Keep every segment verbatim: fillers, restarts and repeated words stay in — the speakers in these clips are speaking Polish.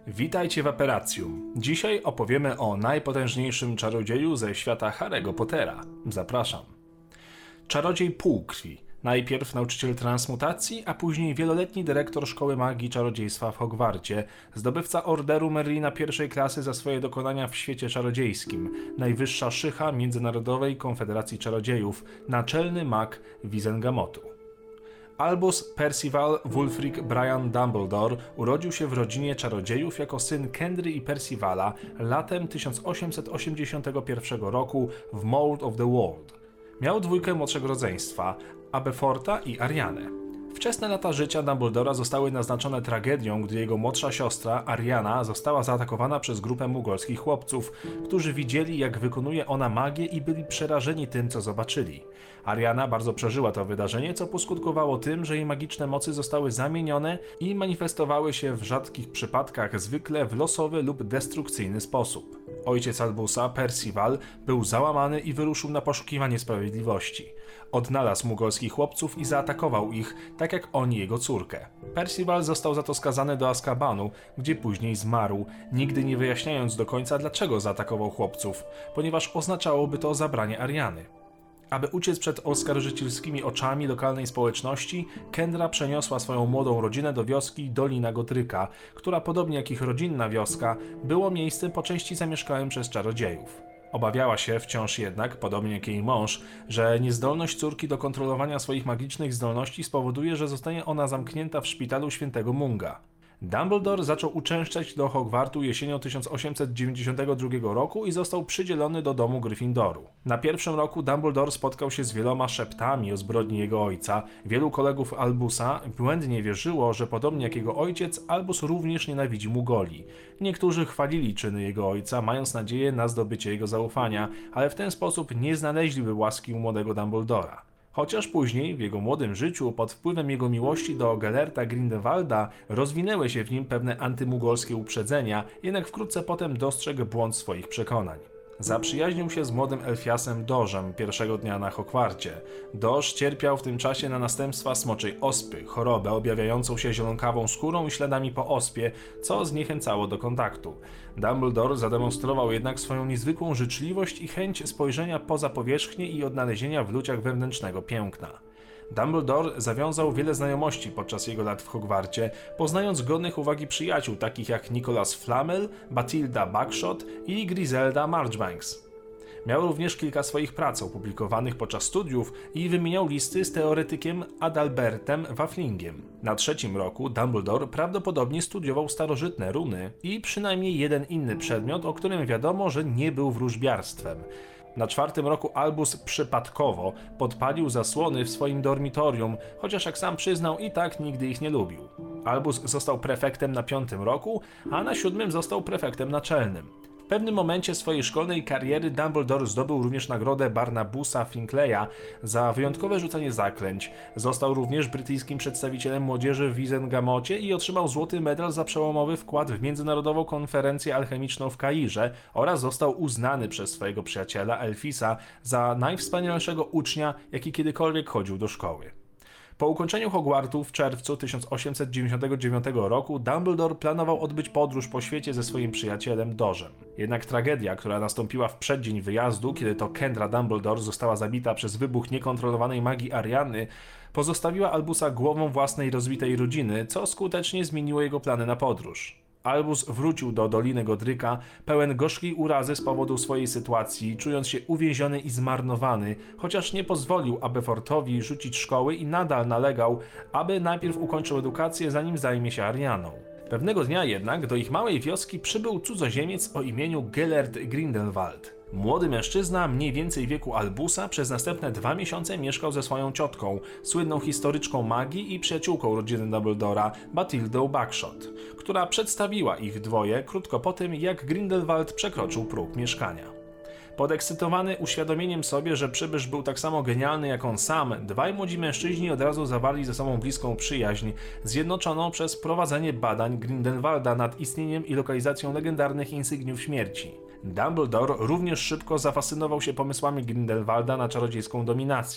Witajcie w Aperacjum. Dzisiaj opowiemy o najpotężniejszym czarodzieju ze świata Harry'ego Pottera. Zapraszam. Czarodziej Półkrwi. Najpierw nauczyciel transmutacji, a później wieloletni dyrektor Szkoły Magii i Czarodziejstwa w Hogwarcie, zdobywca Orderu Merlina pierwszej klasy za swoje dokonania w świecie czarodziejskim, najwyższa szycha Międzynarodowej Konfederacji Czarodziejów, naczelny mag Wizengamotu. Albus Percival Wulfric Brian Dumbledore urodził się w rodzinie czarodziejów jako syn Kendry i Percivala latem tysiąc osiemset osiemdziesiątego pierwszego roku w Mold of the World. Miał dwójkę młodszego rodzeństwa, Aberforta i Arianę. Wczesne lata życia Dumbledora zostały naznaczone tragedią, gdy jego młodsza siostra, Ariana, została zaatakowana przez grupę mugolskich chłopców, którzy widzieli, jak wykonuje ona magię i byli przerażeni tym, co zobaczyli. Ariana bardzo przeżyła to wydarzenie, co poskutkowało tym, że jej magiczne mocy zostały zamienione i manifestowały się w rzadkich przypadkach zwykle w losowy lub destrukcyjny sposób. Ojciec Albusa, Percival, był załamany i wyruszył na poszukiwanie sprawiedliwości. Odnalazł mugolskich chłopców i zaatakował ich, tak jak oni jego córkę. Percival został za to skazany do Azkabanu, gdzie później zmarł, nigdy nie wyjaśniając do końca, dlaczego zaatakował chłopców, ponieważ oznaczałoby to zabranie Ariany. Aby uciec przed oskarżycielskimi oczami lokalnej społeczności, Kendra przeniosła swoją młodą rodzinę do wioski Dolina Godryka, która podobnie jak ich rodzinna wioska, było miejscem po części zamieszkałym przez czarodziejów. Obawiała się wciąż jednak, podobnie jak jej mąż, że niezdolność córki do kontrolowania swoich magicznych zdolności spowoduje, że zostanie ona zamknięta w szpitalu świętego Munga. Dumbledore zaczął uczęszczać do Hogwartu jesienią tysiąc osiemset dziewięćdziesiątego drugiego roku i został przydzielony do domu Gryffindoru. Na pierwszym roku Dumbledore spotkał się z wieloma szeptami o zbrodni jego ojca. Wielu kolegów Albusa błędnie wierzyło, że podobnie jak jego ojciec, Albus również nienawidzi Mugoli. Niektórzy chwalili czyny jego ojca, mając nadzieję na zdobycie jego zaufania, ale w ten sposób nie znaleźliby łaski u młodego Dumbledora. Chociaż później, w jego młodym życiu, pod wpływem jego miłości do Gellerta Grindelwalda, rozwinęły się w nim pewne antymugolskie uprzedzenia, jednak wkrótce potem dostrzegł błąd swoich przekonań. Zaprzyjaźnił się z młodym Elfiasem Dożem pierwszego dnia na Hogwarcie. Doż cierpiał w tym czasie na następstwa smoczej ospy, chorobę objawiającą się zielonkawą skórą i śladami po ospie, co zniechęcało do kontaktu. Dumbledore zademonstrował jednak swoją niezwykłą życzliwość i chęć spojrzenia poza powierzchnię i odnalezienia w ludziach wewnętrznego piękna. Dumbledore zawiązał wiele znajomości podczas jego lat w Hogwarcie, poznając godnych uwagi przyjaciół takich jak Nicholas Flamel, Bathilda Bagshot i Griselda Marchbanks. Miał również kilka swoich prac opublikowanych podczas studiów i wymieniał listy z teoretykiem Adalbertem Waflingiem. Na trzecim roku Dumbledore prawdopodobnie studiował starożytne runy i przynajmniej jeden inny przedmiot, o którym wiadomo, że nie był wróżbiarstwem. Na czwartym roku Albus przypadkowo podpalił zasłony w swoim dormitorium, chociaż jak sam przyznał, i tak nigdy ich nie lubił. Albus został prefektem na piątym roku, a na siódmym został prefektem naczelnym. W pewnym momencie swojej szkolnej kariery Dumbledore zdobył również nagrodę Barnabusa Finkleya za wyjątkowe rzucanie zaklęć. Został również brytyjskim przedstawicielem młodzieży w Wizengamocie i otrzymał złoty medal za przełomowy wkład w Międzynarodową Konferencję Alchemiczną w Kairze oraz został uznany przez swojego przyjaciela Elfisa za najwspanialszego ucznia, jaki kiedykolwiek chodził do szkoły. Po ukończeniu Hogwartu w czerwcu tysiąc osiemset dziewięćdziesiątego dziewiątego roku Dumbledore planował odbyć podróż po świecie ze swoim przyjacielem Dożem. Jednak tragedia, która nastąpiła w przeddzień wyjazdu, kiedy to Kendra Dumbledore została zabita przez wybuch niekontrolowanej magii Ariany, pozostawiła Albusa głową własnej rozbitej rodziny, co skutecznie zmieniło jego plany na podróż. Albus wrócił do Doliny Godryka, pełen gorzkiej urazy z powodu swojej sytuacji, czując się uwięziony i zmarnowany, chociaż nie pozwolił Aberfortowi rzucić szkoły i nadal nalegał, aby najpierw ukończył edukację, zanim zajmie się Arianą. Pewnego dnia jednak do ich małej wioski przybył cudzoziemiec o imieniu Gellert Grindelwald. Młody mężczyzna, mniej więcej wieku Albusa, przez następne dwa miesiące mieszkał ze swoją ciotką, słynną historyczką magii i przyjaciółką rodziny Dumbledora, Bathildą Bagshot, która przedstawiła ich dwoje krótko po tym, jak Grindelwald przekroczył próg mieszkania. Podekscytowany uświadomieniem sobie, że przybysz był tak samo genialny jak on sam, dwaj młodzi mężczyźni od razu zawarli ze sobą bliską przyjaźń, zjednoczoną przez prowadzenie badań Grindelwalda nad istnieniem i lokalizacją legendarnych insygniów śmierci. Dumbledore również szybko zafascynował się pomysłami Grindelwalda na czarodziejską dominację.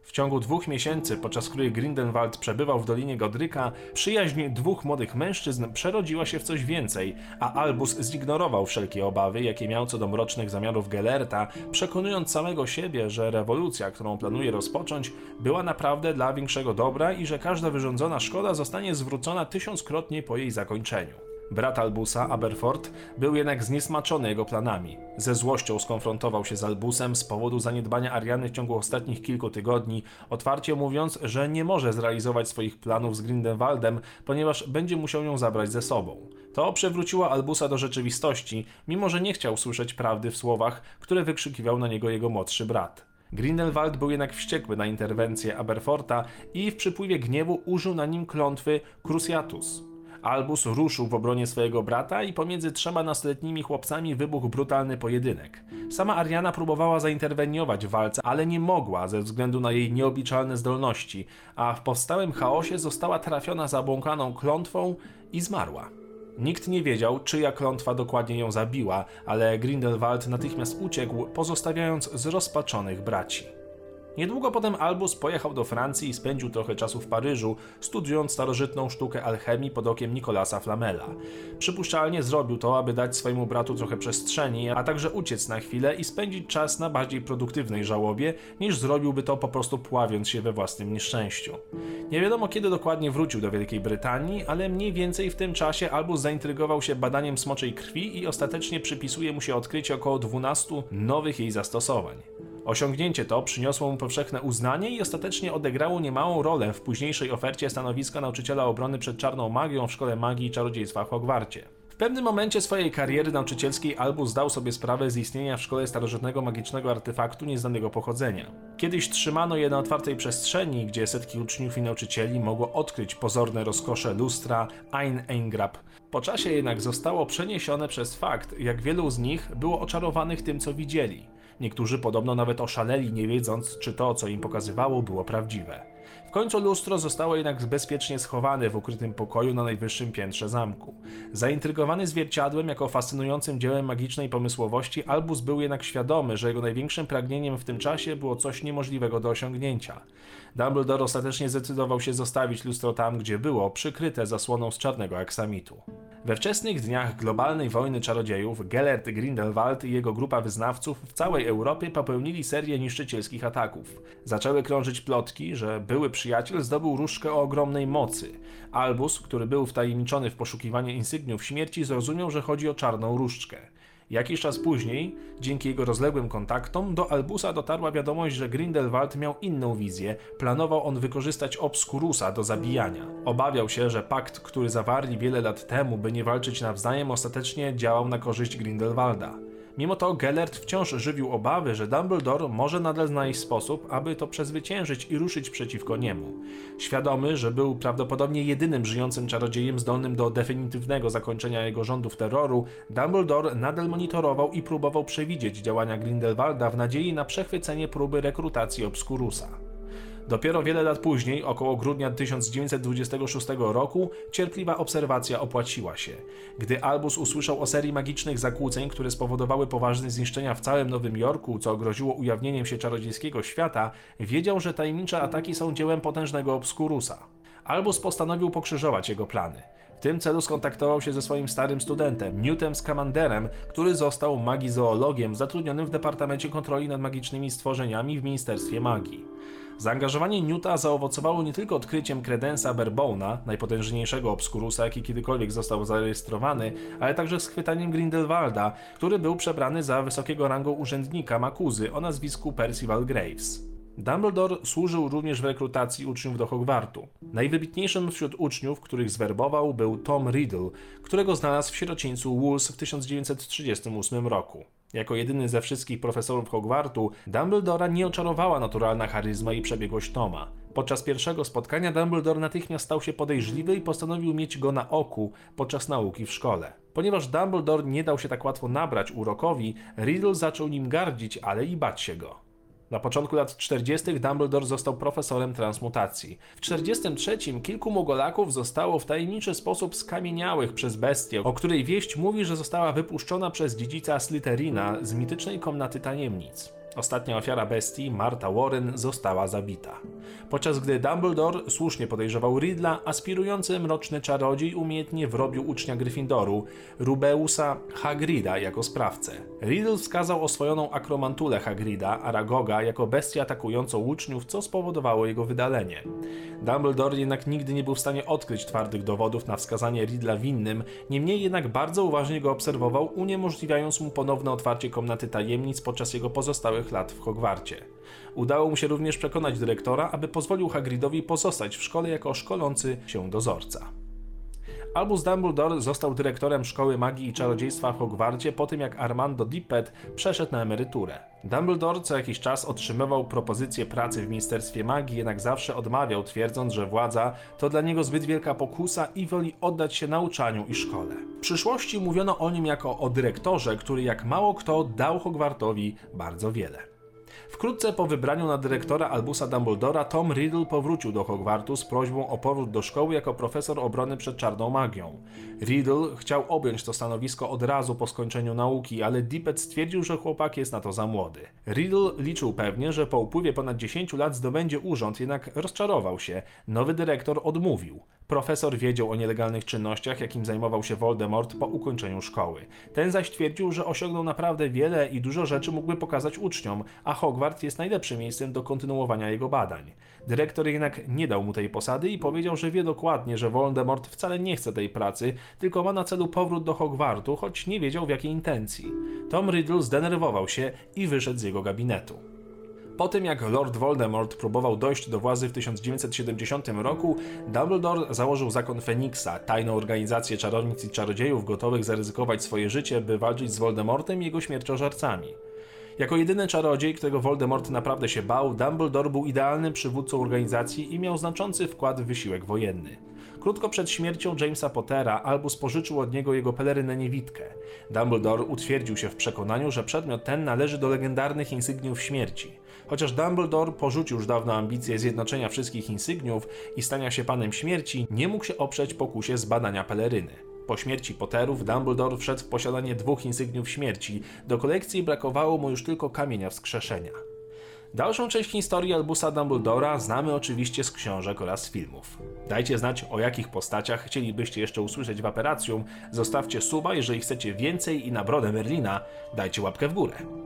W ciągu dwóch miesięcy, podczas których Grindelwald przebywał w Dolinie Godryka, przyjaźń dwóch młodych mężczyzn przerodziła się w coś więcej, a Albus zignorował wszelkie obawy, jakie miał co do mrocznych zamiarów Gellerta, przekonując samego siebie, że rewolucja, którą planuje rozpocząć, była naprawdę dla większego dobra i że każda wyrządzona szkoda zostanie zwrócona tysiąckrotnie po jej zakończeniu. Brat Albusa, Aberforth, był jednak zniesmaczony jego planami. Ze złością skonfrontował się z Albusem z powodu zaniedbania Ariany w ciągu ostatnich kilku tygodni, otwarcie mówiąc, że nie może zrealizować swoich planów z Grindelwaldem, ponieważ będzie musiał ją zabrać ze sobą. To przewróciło Albusa do rzeczywistości, mimo że nie chciał słyszeć prawdy w słowach, które wykrzykiwał na niego jego młodszy brat. Grindelwald był jednak wściekły na interwencję Aberfortha i w przypływie gniewu użył na nim klątwy Cruciatus. Albus ruszył w obronie swojego brata i pomiędzy trzema nastoletnimi chłopcami wybuchł brutalny pojedynek. Sama Ariana próbowała zainterweniować w walce, ale nie mogła ze względu na jej nieobliczalne zdolności, a w powstałym chaosie została trafiona zabłąkaną klątwą i zmarła. Nikt nie wiedział, czyja klątwa dokładnie ją zabiła, ale Grindelwald natychmiast uciekł, pozostawiając zrozpaczonych braci. Niedługo potem Albus pojechał do Francji i spędził trochę czasu w Paryżu, studiując starożytną sztukę alchemii pod okiem Nicolasa Flamela. Przypuszczalnie zrobił to, aby dać swojemu bratu trochę przestrzeni, a także uciec na chwilę i spędzić czas na bardziej produktywnej żałobie, niż zrobiłby to po prostu pławiąc się we własnym nieszczęściu. Nie wiadomo, kiedy dokładnie wrócił do Wielkiej Brytanii, ale mniej więcej w tym czasie Albus zaintrygował się badaniem smoczej krwi i ostatecznie przypisuje mu się odkrycie około dwunastu nowych jej zastosowań. Osiągnięcie to przyniosło mu powszechne uznanie i ostatecznie odegrało niemałą rolę w późniejszej ofercie stanowiska nauczyciela obrony przed czarną magią w Szkole Magii i Czarodziejstwa w Hogwarcie. W pewnym momencie swojej kariery nauczycielskiej Albus zdał sobie sprawę z istnienia w szkole starożytnego magicznego artefaktu nieznanego pochodzenia. Kiedyś trzymano je na otwartej przestrzeni, gdzie setki uczniów i nauczycieli mogło odkryć pozorne rozkosze lustra Ein Eingrab. Po czasie jednak zostało przeniesione przez fakt, jak wielu z nich było oczarowanych tym, co widzieli. Niektórzy podobno nawet oszaleli, nie wiedząc, czy to, co im pokazywało, było prawdziwe. W końcu lustro zostało jednak bezpiecznie schowane w ukrytym pokoju na najwyższym piętrze zamku. Zaintrygowany zwierciadłem jako fascynującym dziełem magicznej pomysłowości, Albus był jednak świadomy, że jego największym pragnieniem w tym czasie było coś niemożliwego do osiągnięcia. Dumbledore ostatecznie zdecydował się zostawić lustro tam, gdzie było, przykryte zasłoną z czarnego aksamitu. We wczesnych dniach globalnej wojny czarodziejów Gellert Grindelwald i jego grupa wyznawców w całej Europie popełnili serię niszczycielskich ataków. Zaczęły krążyć plotki, że były przyjaciel zdobył różdżkę o ogromnej mocy. Albus, który był wtajemniczony w poszukiwanie insygniów śmierci, zrozumiał, że chodzi o czarną różdżkę. Jakiś czas później, dzięki jego rozległym kontaktom, do Albusa dotarła wiadomość, że Grindelwald miał inną wizję. Planował on wykorzystać Obscurusa do zabijania. Obawiał się, że pakt, który zawarli wiele lat temu, by nie walczyć nawzajem, ostatecznie działał na korzyść Grindelwalda. Mimo to Gellert wciąż żywił obawy, że Dumbledore może nadal znaleźć sposób, aby to przezwyciężyć i ruszyć przeciwko niemu. Świadomy, że był prawdopodobnie jedynym żyjącym czarodziejem zdolnym do definitywnego zakończenia jego rządów terroru, Dumbledore nadal monitorował i próbował przewidzieć działania Grindelwalda w nadziei na przechwycenie próby rekrutacji Obscurusa. Dopiero wiele lat później, około grudnia tysiąc dziewięćset dwudziestego szóstego roku, cierpliwa obserwacja opłaciła się. Gdy Albus usłyszał o serii magicznych zakłóceń, które spowodowały poważne zniszczenia w całym Nowym Jorku, co groziło ujawnieniem się czarodziejskiego świata, wiedział, że tajemnicze ataki są dziełem potężnego Obscurusa. Albus postanowił pokrzyżować jego plany. W tym celu skontaktował się ze swoim starym studentem, Newtem Scamanderem, który został magizoologiem zatrudnionym w Departamencie Kontroli nad Magicznymi Stworzeniami w Ministerstwie Magii. Zaangażowanie Newta zaowocowało nie tylko odkryciem Credensa Barebone'a, najpotężniejszego Obscurusa, jaki kiedykolwiek został zarejestrowany, ale także schwytaniem Grindelwalda, który był przebrany za wysokiego rangą urzędnika Makuzy o nazwisku Percival Graves. Dumbledore służył również w rekrutacji uczniów do Hogwartu. Najwybitniejszym wśród uczniów, których zwerbował, był Tom Riddle, którego znalazł w sierocińcu Wools w tysiąc dziewięćset trzydziestym ósmym roku. Jako jedyny ze wszystkich profesorów Hogwartu, Dumbledora nie oczarowała naturalna charyzma i przebiegłość Toma. Podczas pierwszego spotkania Dumbledore natychmiast stał się podejrzliwy i postanowił mieć go na oku podczas nauki w szkole. Ponieważ Dumbledore nie dał się tak łatwo nabrać urokowi, Riddle zaczął nim gardzić, ale i bać się go. Na początku lat czterdziestych Dumbledore został profesorem transmutacji. W czterdziestym trzecim kilku Mogolaków zostało w tajemniczy sposób skamieniałych przez bestię, o której wieść mówi, że została wypuszczona przez dziedzica Slytherina z mitycznej komnaty tajemnic. Ostatnia ofiara bestii, Martha Warren, została zabita. Podczas gdy Dumbledore słusznie podejrzewał Riddla, aspirujący mroczny czarodziej umiejętnie wrobił ucznia Gryffindoru, Rubeusa Hagrida, jako sprawcę. Riddle wskazał oswojoną akromantulę Hagrida, Aragoga, jako bestię atakującą uczniów, co spowodowało jego wydalenie. Dumbledore jednak nigdy nie był w stanie odkryć twardych dowodów na wskazanie Riddla winnym, niemniej jednak bardzo uważnie go obserwował, uniemożliwiając mu ponowne otwarcie komnaty tajemnic podczas jego pozostałych lat w Hogwarcie. Udało mu się również przekonać dyrektora, aby pozwolił Hagridowi pozostać w szkole jako szkolący się dozorca. Albus Dumbledore został dyrektorem Szkoły Magii i Czarodziejstwa w Hogwarcie po tym, jak Armando Dippet przeszedł na emeryturę. Dumbledore co jakiś czas otrzymywał propozycję pracy w Ministerstwie Magii, jednak zawsze odmawiał, twierdząc, że władza to dla niego zbyt wielka pokusa i woli oddać się nauczaniu i szkole. W przyszłości mówiono o nim jako o dyrektorze, który jak mało kto dał Hogwartowi bardzo wiele. Wkrótce po wybraniu na dyrektora Albusa Dumbledora Tom Riddle powrócił do Hogwartu z prośbą o powrót do szkoły jako profesor obrony przed czarną magią. Riddle chciał objąć to stanowisko od razu po skończeniu nauki, ale Dippet stwierdził, że chłopak jest na to za młody. Riddle liczył pewnie, że po upływie ponad dziesięciu lat zdobędzie urząd, jednak rozczarował się. Nowy dyrektor odmówił. Profesor wiedział o nielegalnych czynnościach, jakim zajmował się Voldemort po ukończeniu szkoły. Ten zaś twierdził, że osiągnął naprawdę wiele i dużo rzeczy mógłby pokazać uczniom, a Hogwart jest najlepszym miejscem do kontynuowania jego badań. Dyrektor jednak nie dał mu tej posady i powiedział, że wie dokładnie, że Voldemort wcale nie chce tej pracy, tylko ma na celu powrót do Hogwartu, choć nie wiedział w jakiej intencji. Tom Riddle zdenerwował się i wyszedł z jego gabinetu. Po tym jak Lord Voldemort próbował dojść do władzy w tysiąc dziewięćset siedemdziesiątym roku, Dumbledore założył Zakon Feniksa, tajną organizację czarownic i czarodziejów gotowych zaryzykować swoje życie, by walczyć z Voldemortem i jego śmierciożercami. Jako jedyny czarodziej, którego Voldemort naprawdę się bał, Dumbledore był idealnym przywódcą organizacji i miał znaczący wkład w wysiłek wojenny. Krótko przed śmiercią Jamesa Pottera Albus pożyczył od niego jego pelerynę niewidkę. Dumbledore utwierdził się w przekonaniu, że przedmiot ten należy do legendarnych insygniów śmierci. Chociaż Dumbledore porzucił już dawno ambicje zjednoczenia wszystkich insygniów i stania się panem śmierci, nie mógł się oprzeć pokusie zbadania peleryny. Po śmierci Potterów Dumbledore wszedł w posiadanie dwóch insygniów śmierci. Do kolekcji brakowało mu już tylko kamienia wskrzeszenia. Dalszą część historii Albusa Dumbledora znamy oczywiście z książek oraz z filmów. Dajcie znać, o jakich postaciach chcielibyście jeszcze usłyszeć w Aperacjum, zostawcie suba, jeżeli chcecie więcej, i na brodę Merlina dajcie łapkę w górę.